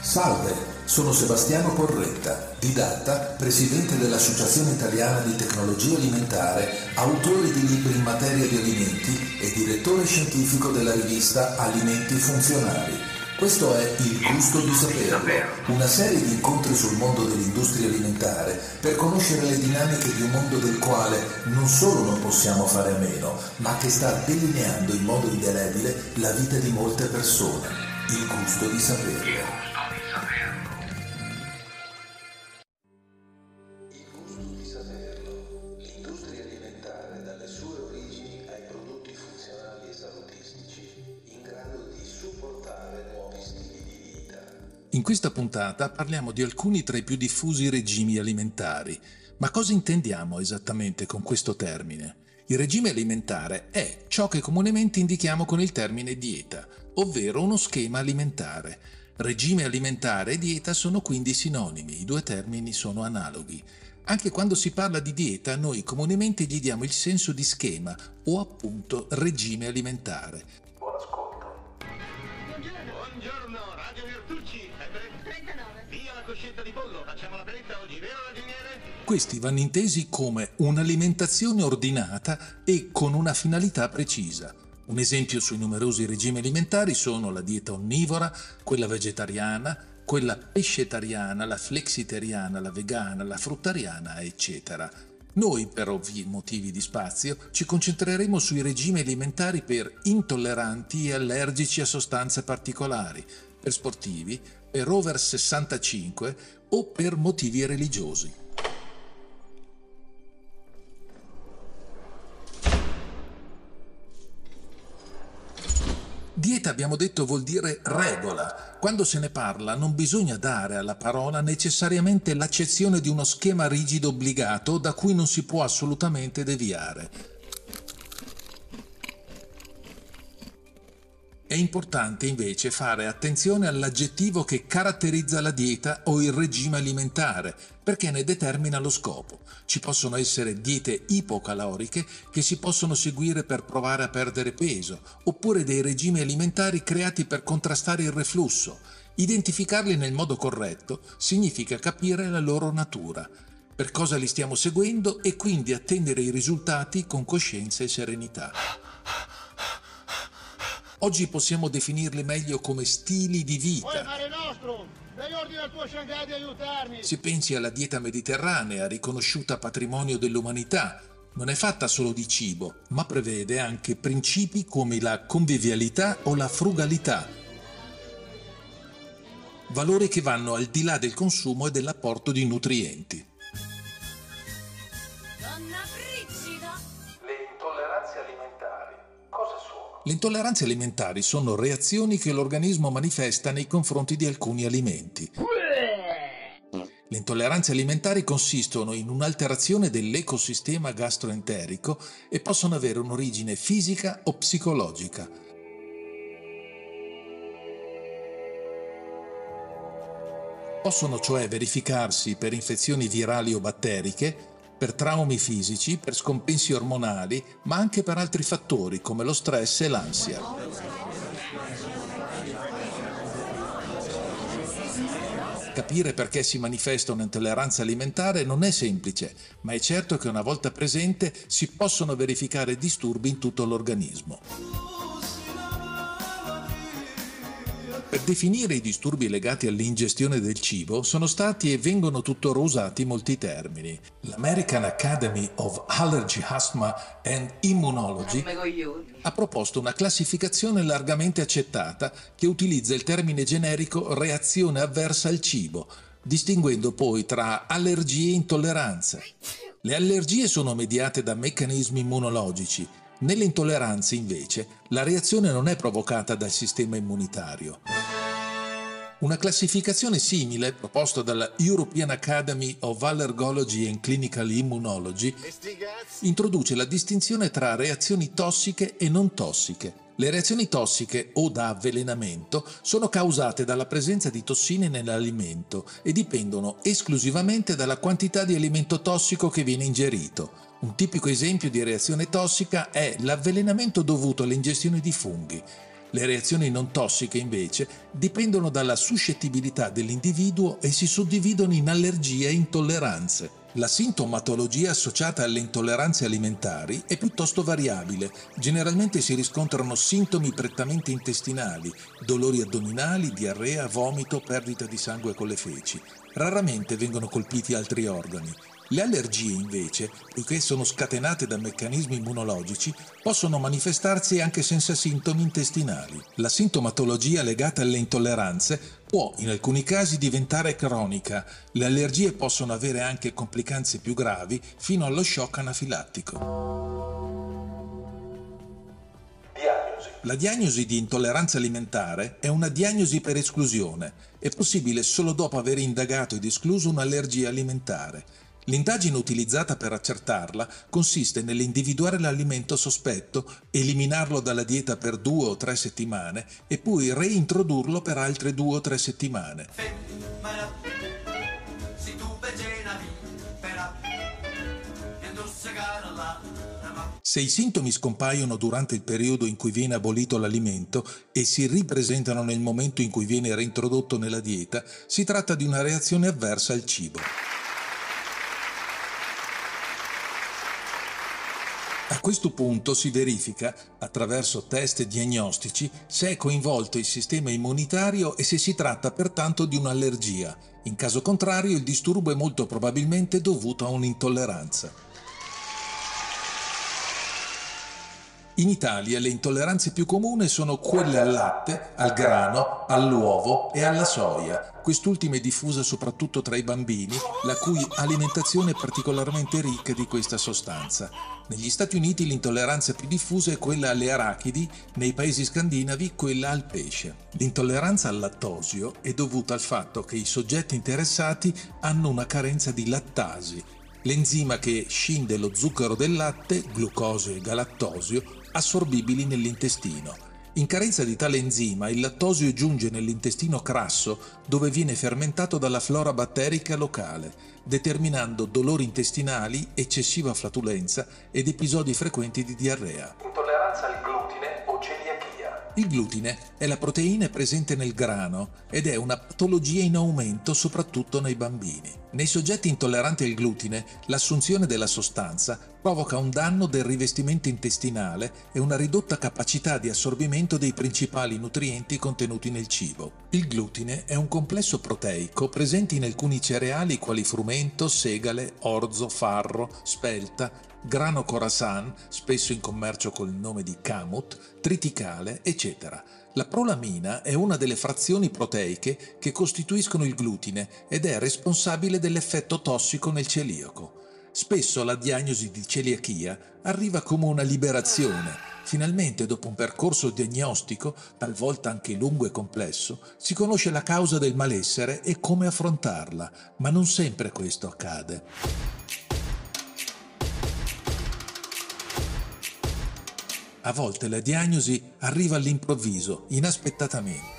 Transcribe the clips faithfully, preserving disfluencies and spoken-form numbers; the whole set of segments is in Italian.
Salve, sono Sebastiano Porretta, didatta, presidente dell'Associazione Italiana di Tecnologia Alimentare, autore di libri in materia di alimenti e direttore scientifico della rivista Alimenti Funzionali. Questo è Il Gusto di Saperlo, una serie di incontri sul mondo dell'industria alimentare per conoscere le dinamiche di un mondo del quale non solo non possiamo fare a meno, ma che sta delineando in modo indelebile la vita di molte persone. Il Gusto di Saperlo. In questa puntata parliamo di alcuni tra i più diffusi regimi alimentari. Ma cosa intendiamo esattamente con questo termine? Il regime alimentare è ciò che comunemente indichiamo con il termine dieta, ovvero uno schema alimentare. Regime alimentare e dieta sono quindi sinonimi, i due termini sono analoghi. Anche quando si parla di dieta, noi comunemente gli diamo il senso di schema o appunto regime alimentare. Buon ascolto. Buongiorno, Radio Virtucci. trentanove. Via la coscetta di pollo, facciamo la fretta oggi, vero ragioniere? Questi vanno intesi come un'alimentazione ordinata e con una finalità precisa. Un esempio sui numerosi regimi alimentari sono la dieta onnivora, quella vegetariana, quella pescetariana, la flexitariana, la vegana, la fruttariana, eccetera. Noi, per ovvi motivi di spazio, ci concentreremo sui regimi alimentari per intolleranti e allergici a sostanze particolari, per sportivi, per over sessantacinque o per motivi religiosi. Dieta, abbiamo detto, vuol dire regola. Quando se ne parla non bisogna dare alla parola necessariamente l'accezione di uno schema rigido obbligato da cui non si può assolutamente deviare. È importante invece fare attenzione all'aggettivo che caratterizza la dieta o il regime alimentare, perché ne determina lo scopo. Ci possono essere diete ipocaloriche che si possono seguire per provare a perdere peso, oppure dei regimi alimentari creati per contrastare il reflusso. Identificarli nel modo corretto significa capire la loro natura, per cosa li stiamo seguendo e quindi attendere i risultati con coscienza e serenità. Oggi possiamo definirli meglio come stili di vita. Si pensi alla dieta mediterranea, riconosciuta patrimonio dell'umanità. Non è fatta solo di cibo, ma prevede anche principi come la convivialità o la frugalità. Valori che vanno al di là del consumo e dell'apporto di nutrienti. Le intolleranze alimentari sono reazioni che l'organismo manifesta nei confronti di alcuni alimenti. Le intolleranze alimentari consistono in un'alterazione dell'ecosistema gastroenterico e possono avere un'origine fisica o psicologica. Possono cioè verificarsi per infezioni virali o batteriche, per traumi fisici, per scompensi ormonali, ma anche per altri fattori come lo stress e l'ansia. Capire perché si manifesta un'intolleranza alimentare non è semplice, ma è certo che una volta presente si possono verificare disturbi in tutto l'organismo. Per definire i disturbi legati all'ingestione del cibo sono stati e vengono tuttora usati molti termini. L'American Academy of Allergy, Asthma and Immunology ha proposto una classificazione largamente accettata che utilizza il termine generico reazione avversa al cibo, distinguendo poi tra allergie e intolleranze. Le allergie sono mediate da meccanismi immunologici. Nelle intolleranze, invece, la reazione non è provocata dal sistema immunitario. Una classificazione simile, proposta dalla European Academy of Allergology and Clinical Immunology, introduce la distinzione tra reazioni tossiche e non tossiche. Le reazioni tossiche o da avvelenamento sono causate dalla presenza di tossine nell'alimento e dipendono esclusivamente dalla quantità di alimento tossico che viene ingerito. Un tipico esempio di reazione tossica è l'avvelenamento dovuto all'ingestione di funghi. Le reazioni non tossiche, invece, dipendono dalla suscettibilità dell'individuo e si suddividono in allergie e intolleranze. La sintomatologia associata alle intolleranze alimentari è piuttosto variabile. Generalmente si riscontrano sintomi prettamente intestinali, dolori addominali, diarrea, vomito, perdita di sangue con le feci. Raramente vengono colpiti altri organi. Le allergie, invece, poiché sono scatenate da meccanismi immunologici, possono manifestarsi anche senza sintomi intestinali. La sintomatologia legata alle intolleranze può, in alcuni casi, diventare cronica. Le allergie possono avere anche complicanze più gravi, fino allo shock anafilattico. Diagnosi. La diagnosi di intolleranza alimentare è una diagnosi per esclusione. È possibile solo dopo aver indagato ed escluso un'allergia alimentare. L'indagine utilizzata per accertarla consiste nell'individuare l'alimento sospetto, eliminarlo dalla dieta per due o tre settimane e poi reintrodurlo per altre due o tre settimane. Se i sintomi scompaiono durante il periodo in cui viene abolito l'alimento e si ripresentano nel momento in cui viene reintrodotto nella dieta, si tratta di una reazione avversa al cibo. A questo punto si verifica, attraverso test diagnostici, se è coinvolto il sistema immunitario e se si tratta pertanto di un'allergia. In caso contrario, il disturbo è molto probabilmente dovuto a un'intolleranza. In Italia le intolleranze più comuni sono quelle al latte, al grano, all'uovo e alla soia. Quest'ultima è diffusa soprattutto tra i bambini, la cui alimentazione è particolarmente ricca di questa sostanza. Negli Stati Uniti l'intolleranza più diffusa è quella alle arachidi, nei paesi scandinavi quella al pesce. L'intolleranza al lattosio è dovuta al fatto che i soggetti interessati hanno una carenza di lattasi, l'enzima che scinde lo zucchero del latte, glucosio e galattosio, assorbibili nell'intestino. In carenza di tale enzima, il lattosio giunge nell'intestino crasso, dove viene fermentato dalla flora batterica locale, determinando dolori intestinali, eccessiva flatulenza ed episodi frequenti di diarrea. Intolleranza al glutine o celiachia. Il glutine è la proteina presente nel grano ed è una patologia in aumento soprattutto nei bambini. Nei soggetti intolleranti al glutine, l'assunzione della sostanza provoca un danno del rivestimento intestinale e una ridotta capacità di assorbimento dei principali nutrienti contenuti nel cibo. Il glutine è un complesso proteico presente in alcuni cereali quali frumento, segale, orzo, farro, spelta, grano khorasan, spesso in commercio col nome di kamut, triticale, eccetera. La prolamina è una delle frazioni proteiche che costituiscono il glutine ed è responsabile dell'effetto tossico nel celiaco. Spesso la diagnosi di celiachia arriva come una liberazione. Finalmente, dopo un percorso diagnostico, talvolta anche lungo e complesso, si conosce la causa del malessere e come affrontarla, ma non sempre questo accade. A volte la diagnosi arriva all'improvviso, inaspettatamente.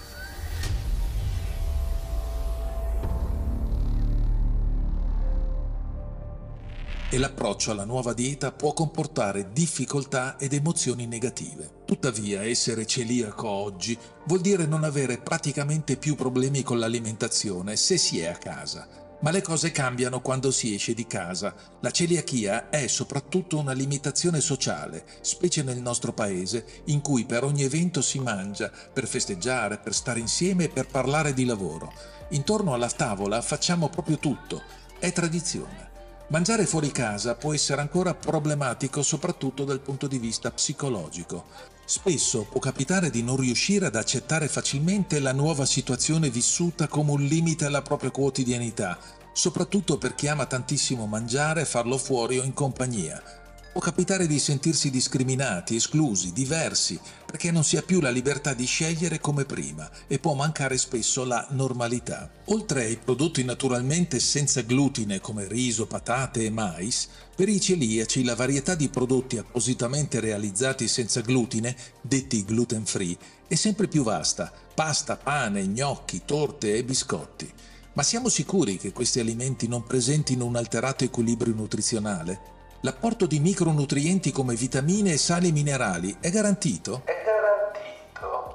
E l'approccio alla nuova dieta può comportare difficoltà ed emozioni negative. Tuttavia, essere celiaco oggi vuol dire non avere praticamente più problemi con l'alimentazione se si è a casa. Ma le cose cambiano quando si esce di casa. La celiachia è soprattutto una limitazione sociale, specie nel nostro paese, in cui per ogni evento si mangia, per festeggiare, per stare insieme e per parlare di lavoro. Intorno alla tavola facciamo proprio tutto. È tradizione. Mangiare fuori casa può essere ancora problematico soprattutto dal punto di vista psicologico. Spesso può capitare di non riuscire ad accettare facilmente la nuova situazione vissuta come un limite alla propria quotidianità, soprattutto per chi ama tantissimo mangiare e farlo fuori o in compagnia. Può capitare di sentirsi discriminati, esclusi, diversi, perché non si ha più la libertà di scegliere come prima e può mancare spesso la normalità. Oltre ai prodotti naturalmente senza glutine come riso, patate e mais, per i celiaci la varietà di prodotti appositamente realizzati senza glutine, detti gluten free, è sempre più vasta: pasta, pane, gnocchi, torte e biscotti. Ma siamo sicuri che questi alimenti non presentino un alterato equilibrio nutrizionale? L'apporto di micronutrienti come vitamine e sali minerali è garantito? È garantito.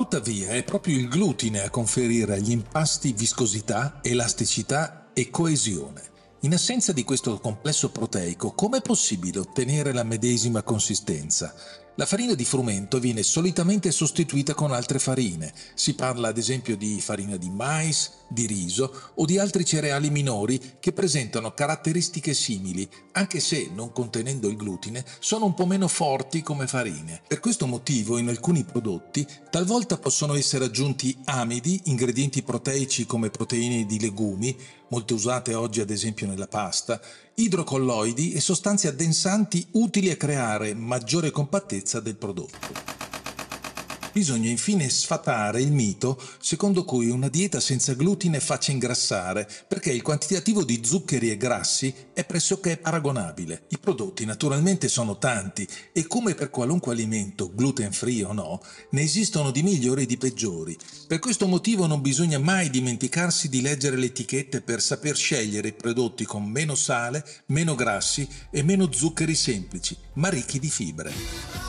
Tuttavia è proprio il glutine a conferire agli impasti viscosità, elasticità e coesione. In assenza di questo complesso proteico, com'è possibile ottenere la medesima consistenza? La farina di frumento viene solitamente sostituita con altre farine. Si parla ad esempio di farina di mais, di riso o di altri cereali minori che presentano caratteristiche simili, anche se, non contenendo il glutine, sono un po' meno forti come farine. Per questo motivo in alcuni prodotti talvolta possono essere aggiunti amidi, ingredienti proteici come proteine di legumi, molte usate oggi ad esempio nella pasta, idrocolloidi e sostanze addensanti utili a creare maggiore compattezza del prodotto. Bisogna infine sfatare il mito secondo cui una dieta senza glutine faccia ingrassare, perché il quantitativo di zuccheri e grassi è pressoché paragonabile. I prodotti naturalmente sono tanti e, come per qualunque alimento, gluten free o no, ne esistono di migliori e di peggiori. Per questo motivo non bisogna mai dimenticarsi di leggere le etichette per saper scegliere i prodotti con meno sale, meno grassi e meno zuccheri semplici, ma ricchi di fibre.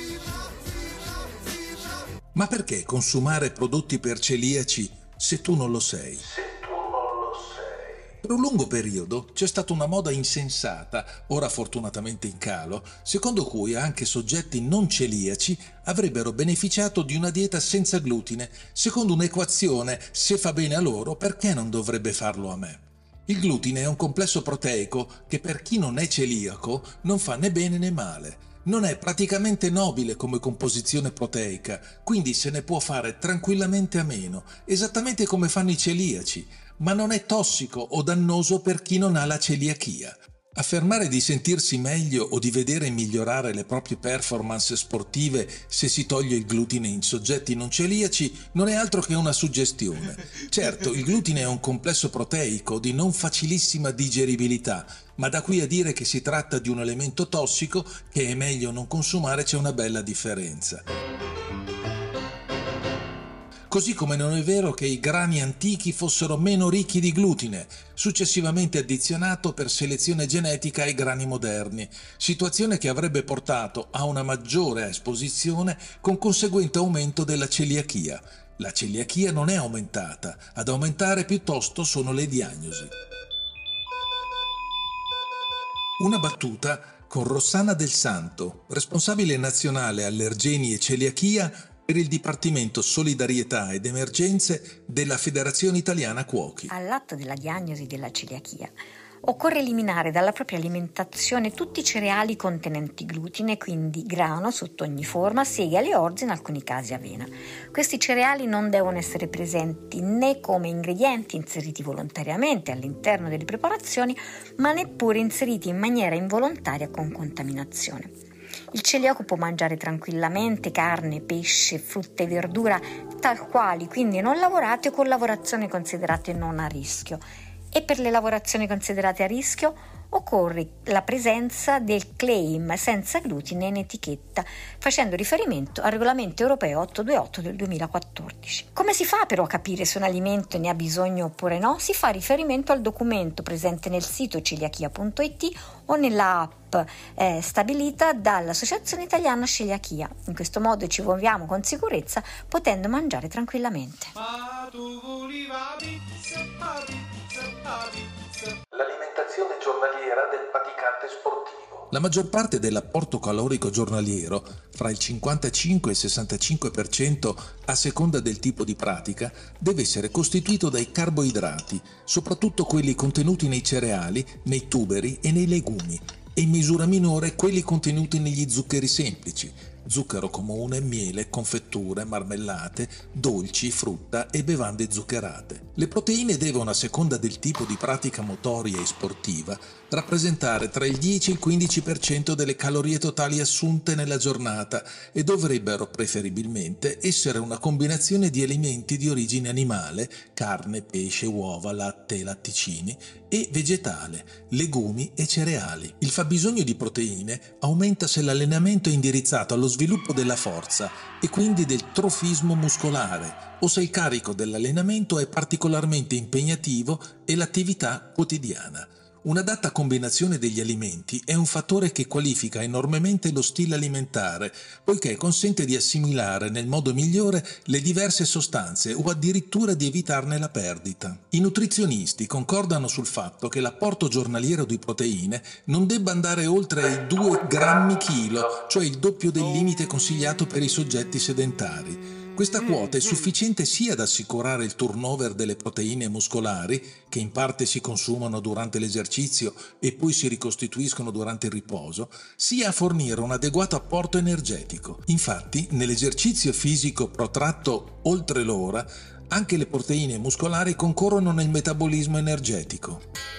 Ma perché consumare prodotti per celiaci se tu non lo sei? Se tu non lo sei. Per un lungo periodo c'è stata una moda insensata, ora fortunatamente in calo, secondo cui anche soggetti non celiaci avrebbero beneficiato di una dieta senza glutine, secondo un'equazione: se fa bene a loro, perché non dovrebbe farlo a me? Il glutine è un complesso proteico che per chi non è celiaco non fa né bene né male. Non è praticamente nobile come composizione proteica, quindi se ne può fare tranquillamente a meno, esattamente come fanno i celiaci, ma non è tossico o dannoso per chi non ha la celiachia. Affermare di sentirsi meglio o di vedere migliorare le proprie performance sportive se si toglie il glutine in soggetti non celiaci non è altro che una suggestione. Certo, il glutine è un complesso proteico di non facilissima digeribilità, ma da qui a dire che si tratta di un elemento tossico che è meglio non consumare c'è una bella differenza. Così come non è vero che i grani antichi fossero meno ricchi di glutine, successivamente addizionato per selezione genetica ai grani moderni, situazione che avrebbe portato a una maggiore esposizione con conseguente aumento della celiachia. La celiachia non è aumentata, ad aumentare piuttosto sono le diagnosi. Una battuta con Rossana Del Santo, responsabile nazionale allergeni e celiachia per il Dipartimento Solidarietà ed Emergenze della Federazione Italiana Cuochi. All'atto della diagnosi della celiachia occorre eliminare dalla propria alimentazione tutti i cereali contenenti glutine, quindi grano sotto ogni forma, segale, orzo, in alcuni casi avena. Questi cereali non devono essere presenti né come ingredienti inseriti volontariamente all'interno delle preparazioni, ma neppure inseriti in maniera involontaria con contaminazione. Il celiaco può mangiare tranquillamente carne, pesce, frutta e verdura tal quali, quindi non lavorate o con lavorazioni considerate non a rischio. E per le lavorazioni considerate a rischio occorre la presenza del claim senza glutine in etichetta, facendo riferimento al regolamento europeo ottocentoventotto del duemilaquattordici. Come si fa però a capire se un alimento ne ha bisogno oppure no? Si fa riferimento al documento presente nel sito celiachia punto it o nella app eh, stabilita dall'Associazione Italiana Celiachia. In questo modo ci muoviamo con sicurezza, potendo mangiare tranquillamente. L'alimentazione giornaliera del praticante sportivo. La maggior parte dell'apporto calorico giornaliero, fra il cinquantacinque e il sessantacinque per cento a seconda del tipo di pratica, deve essere costituito dai carboidrati, soprattutto quelli contenuti nei cereali, nei tuberi e nei legumi, e in misura minore quelli contenuti negli zuccheri semplici, zucchero comune, miele, confetture, marmellate, dolci, frutta e bevande zuccherate. Le proteine devono, a seconda del tipo di pratica motoria e sportiva, rappresentare tra il dieci e il quindici per cento delle calorie totali assunte nella giornata e dovrebbero preferibilmente essere una combinazione di alimenti di origine animale, carne, pesce, uova, latte e latticini, e vegetale, legumi e cereali. Il fabbisogno di proteine aumenta se l'allenamento è indirizzato allo sviluppo della forza e quindi del trofismo muscolare, o se il carico dell'allenamento è particolarmente impegnativo e l'attività quotidiana. Un'adatta combinazione degli alimenti è un fattore che qualifica enormemente lo stile alimentare, poiché consente di assimilare nel modo migliore le diverse sostanze o addirittura di evitarne la perdita. I nutrizionisti concordano sul fatto che l'apporto giornaliero di proteine non debba andare oltre ai due grammi chilo, cioè il doppio del limite consigliato per i soggetti sedentari. Questa quota è sufficiente sia ad assicurare il turnover delle proteine muscolari, che in parte si consumano durante l'esercizio e poi si ricostituiscono durante il riposo, sia a fornire un adeguato apporto energetico. Infatti, nell'esercizio fisico protratto oltre l'ora, anche le proteine muscolari concorrono nel metabolismo energetico.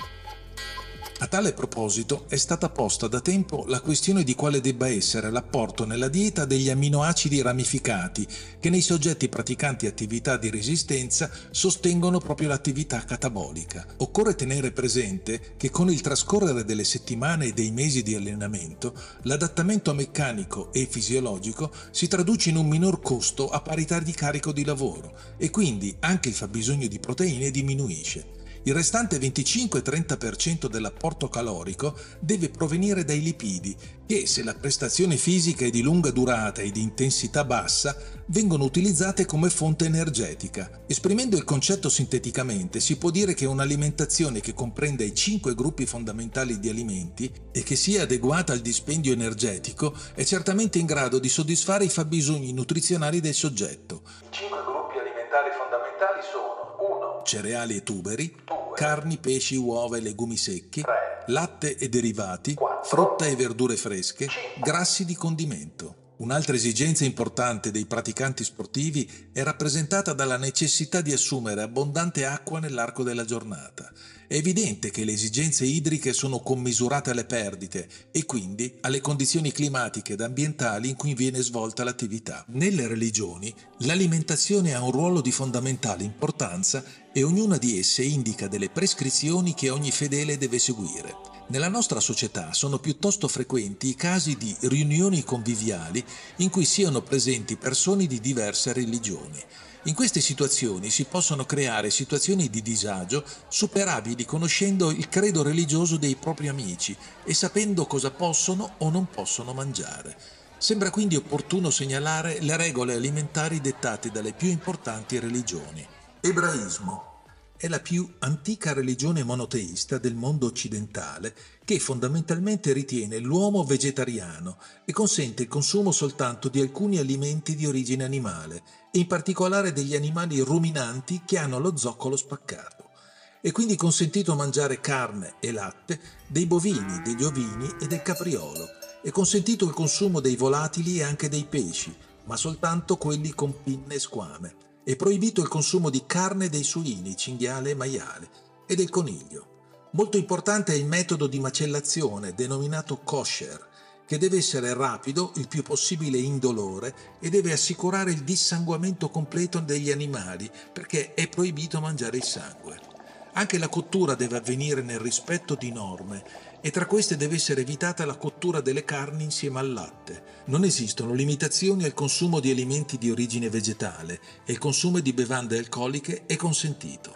A tale proposito è stata posta da tempo la questione di quale debba essere l'apporto nella dieta degli amminoacidi ramificati che nei soggetti praticanti attività di resistenza sostengono proprio l'attività catabolica. Occorre tenere presente che con il trascorrere delle settimane e dei mesi di allenamento, l'adattamento meccanico e fisiologico si traduce in un minor costo a parità di carico di lavoro e quindi anche il fabbisogno di proteine diminuisce. Il restante venticinque trenta per cento dell'apporto calorico deve provenire dai lipidi che, se la prestazione fisica è di lunga durata e di intensità bassa, vengono utilizzate come fonte energetica. Esprimendo il concetto sinteticamente, si può dire che un'alimentazione che comprenda i cinque gruppi fondamentali di alimenti e che sia adeguata al dispendio energetico è certamente in grado di soddisfare i fabbisogni nutrizionali del soggetto. I cinque gruppi alimentari fondamentali sono uno Cereali e tuberi, due carni, pesci, uova e legumi secchi, tre latte e derivati, quattro frutta e verdure fresche, cinque grassi di condimento. Un'altra esigenza importante dei praticanti sportivi è rappresentata dalla necessità di assumere abbondante acqua nell'arco della giornata. È evidente che le esigenze idriche sono commisurate alle perdite e quindi alle condizioni climatiche ed ambientali in cui viene svolta l'attività. Nelle religioni l'alimentazione ha un ruolo di fondamentale importanza e ognuna di esse indica delle prescrizioni che ogni fedele deve seguire. Nella nostra società sono piuttosto frequenti i casi di riunioni conviviali in cui siano presenti persone di diverse religioni. In queste situazioni si possono creare situazioni di disagio superabili conoscendo il credo religioso dei propri amici e sapendo cosa possono o non possono mangiare. Sembra quindi opportuno segnalare le regole alimentari dettate dalle più importanti religioni. Ebraismo è la più antica religione monoteista del mondo occidentale che fondamentalmente ritiene l'uomo vegetariano e consente il consumo soltanto di alcuni alimenti di origine animale e in particolare degli animali ruminanti che hanno lo zoccolo spaccato. È quindi consentito mangiare carne e latte dei bovini, degli ovini e del capriolo. È consentito il consumo dei volatili e anche dei pesci, ma soltanto quelli con pinne e squame. È proibito il consumo di carne dei suini, cinghiale e maiale, e del coniglio. Molto importante è il metodo di macellazione, denominato kosher, che deve essere rapido, il più possibile indolore e deve assicurare il dissanguamento completo degli animali, perché è proibito mangiare il sangue. Anche la cottura deve avvenire nel rispetto di norme e tra queste deve essere evitata la cottura delle carni insieme al latte. Non esistono limitazioni al consumo di alimenti di origine vegetale e il consumo di bevande alcoliche è consentito.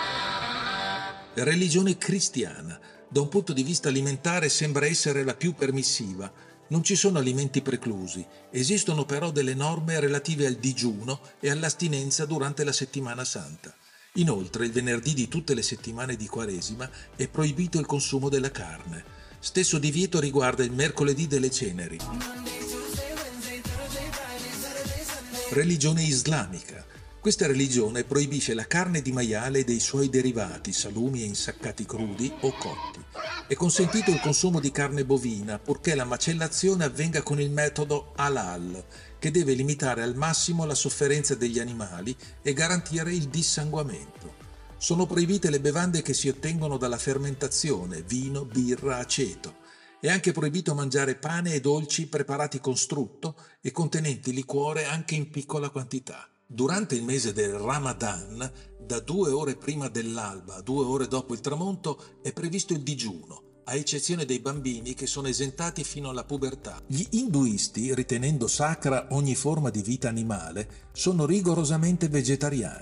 La religione cristiana, da un punto di vista alimentare, sembra essere la più permissiva. Non ci sono alimenti preclusi, esistono però delle norme relative al digiuno e all'astinenza durante la settimana santa. Inoltre, il venerdì di tutte le settimane di Quaresima è proibito il consumo della carne. Stesso divieto riguarda il mercoledì delle ceneri. Religione islamica. Questa religione proibisce la carne di maiale e dei suoi derivati, salumi e insaccati crudi o cotti. È consentito il consumo di carne bovina, purché la macellazione avvenga con il metodo halal, che deve limitare al massimo la sofferenza degli animali e garantire il dissanguamento. Sono proibite le bevande che si ottengono dalla fermentazione, vino, birra, aceto. È anche proibito mangiare pane e dolci preparati con strutto e contenenti liquore anche in piccola quantità. Durante il mese del Ramadan, da due ore prima dell'alba a due ore dopo il tramonto, è previsto il digiuno, a eccezione dei bambini che sono esentati fino alla pubertà. Gli induisti, ritenendo sacra ogni forma di vita animale, sono rigorosamente vegetariani.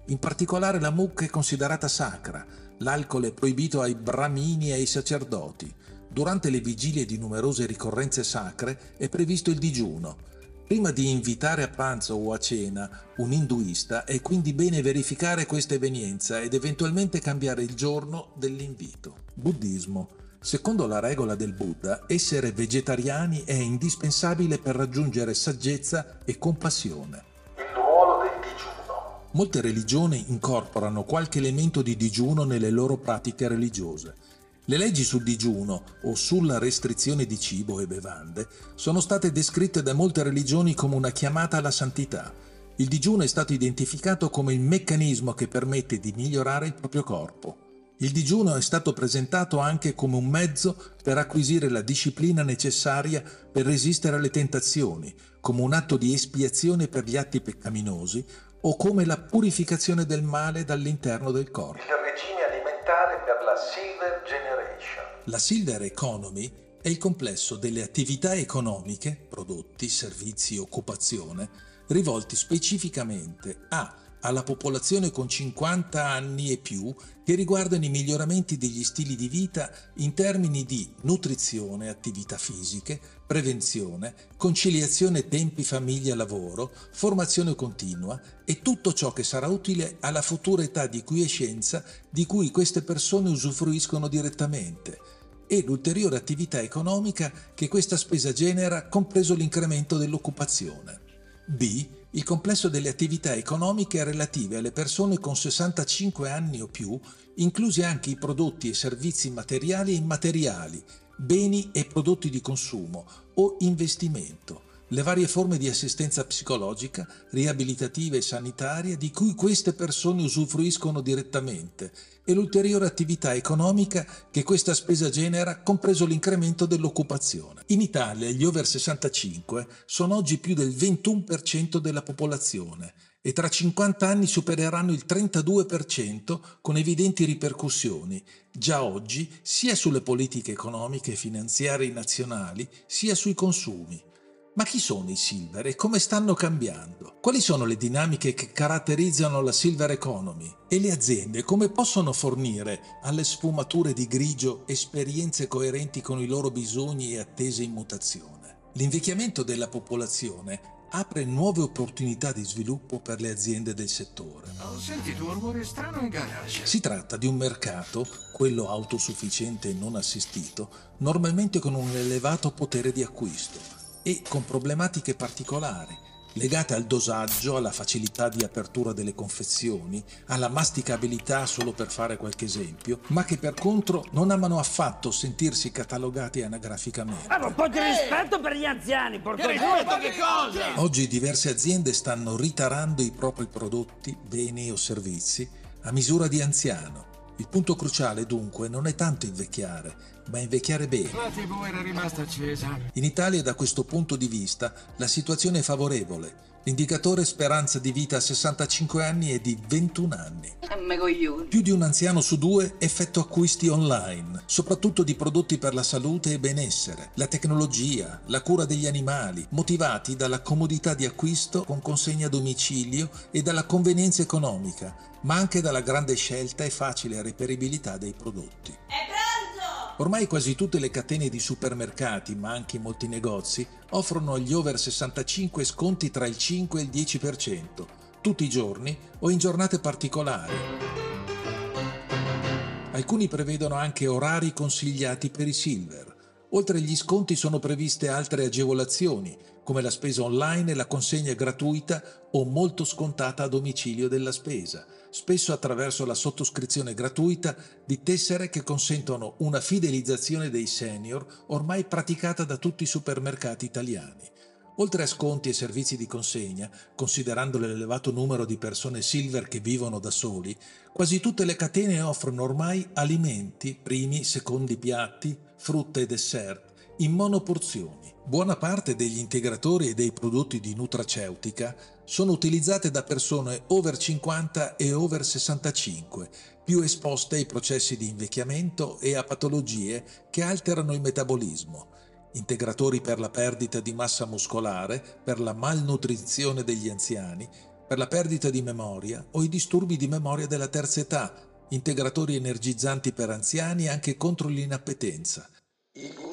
In particolare la mucca è considerata sacra, l'alcol è proibito ai bramini e ai sacerdoti. Durante le vigilie di numerose ricorrenze sacre è previsto il digiuno. Prima di invitare a pranzo o a cena un induista è quindi bene verificare questa evenienza ed eventualmente cambiare il giorno dell'invito. Buddismo. Secondo la regola del Buddha, essere vegetariani è indispensabile per raggiungere saggezza e compassione. Il ruolo del digiuno. Molte religioni incorporano qualche elemento di digiuno nelle loro pratiche religiose. Le leggi sul digiuno o sulla restrizione di cibo e bevande sono state descritte da molte religioni come una chiamata alla santità. Il digiuno è stato identificato come il meccanismo che permette di migliorare il proprio corpo. Il digiuno è stato presentato anche come un mezzo per acquisire la disciplina necessaria per resistere alle tentazioni, come un atto di espiazione per gli atti peccaminosi o come la purificazione del male dall'interno del corpo. Il regime alimentare per la Silver Generation. La Silver Economy è il complesso delle attività economiche, prodotti, servizi, occupazione, rivolti specificamente a alla popolazione con cinquanta anni e più, che riguardano i miglioramenti degli stili di vita in termini di nutrizione, attività fisiche, prevenzione, conciliazione tempi famiglia-lavoro, formazione continua e tutto ciò che sarà utile alla futura età di quiescenza di cui queste persone usufruiscono direttamente, e l'ulteriore attività economica che questa spesa genera, compreso l'incremento dell'occupazione. B. Il complesso delle attività economiche relative alle persone con sessantacinque anni o più, inclusi anche i prodotti e servizi materiali e immateriali, beni e prodotti di consumo o investimento, le varie forme di assistenza psicologica, riabilitativa e sanitaria di cui queste persone usufruiscono direttamente e l'ulteriore attività economica che questa spesa genera, compreso l'incremento dell'occupazione. In Italia gli over sessantacinque sono oggi più del ventuno per cento della popolazione e tra cinquanta anni supereranno il trentadue per cento con evidenti ripercussioni, già oggi, sia sulle politiche economiche e finanziarie nazionali, sia sui consumi. Ma chi sono i Silver e come stanno cambiando? Quali sono le dinamiche che caratterizzano la Silver Economy? E le aziende come possono fornire alle sfumature di grigio esperienze coerenti con i loro bisogni e attese in mutazione? L'invecchiamento della popolazione apre nuove opportunità di sviluppo per le aziende del settore. Ho sentito un rumore strano in garage. Si tratta di un mercato, quello autosufficiente e non assistito, normalmente con un elevato potere di acquisto e con problematiche particolari, legate al dosaggio, alla facilità di apertura delle confezioni, alla masticabilità, solo per fare qualche esempio, ma che per contro non amano affatto sentirsi catalogati anagraficamente. Ah, un po' di rispetto per gli anziani, porco Che rispetto che cosa? Oggi diverse aziende stanno ritarando i propri prodotti, beni o servizi a misura di anziano. Il punto cruciale dunque non è tanto invecchiare, ma invecchiare bene. La tivù era rimasta accesa. In Italia da questo punto di vista la situazione è favorevole. L'indicatore speranza di vita a sessantacinque anni è di ventuno anni. Più di un anziano su due effettua acquisti online, soprattutto di prodotti per la salute e benessere, la tecnologia, la cura degli animali, motivati dalla comodità di acquisto con consegna a domicilio e dalla convenienza economica, ma anche dalla grande scelta e facile reperibilità dei prodotti. È pronto! Ormai quasi tutte le catene di supermercati, ma anche molti negozi, offrono agli over sessantacinque sconti tra il cinque e il dieci per cento, tutti i giorni o in giornate particolari. Alcuni prevedono anche orari consigliati per i Silver. Oltre agli sconti sono previste altre agevolazioni, come la spesa online e la consegna gratuita o molto scontata a domicilio della spesa, spesso attraverso la sottoscrizione gratuita di tessere che consentono una fidelizzazione dei senior ormai praticata da tutti i supermercati italiani. Oltre a sconti e servizi di consegna, considerando l'elevato numero di persone Silver che vivono da soli, quasi tutte le catene offrono ormai alimenti, primi, secondi piatti, frutta e dessert, in monoporzioni. Buona parte degli integratori e dei prodotti di nutraceutica sono utilizzate da persone over cinquanta e over sessantacinque, più esposte ai processi di invecchiamento e a patologie che alterano il metabolismo. Integratori per la perdita di massa muscolare, per la malnutrizione degli anziani, per la perdita di memoria o i disturbi di memoria della terza età, integratori energizzanti per anziani e anche contro l'inappetenza. Il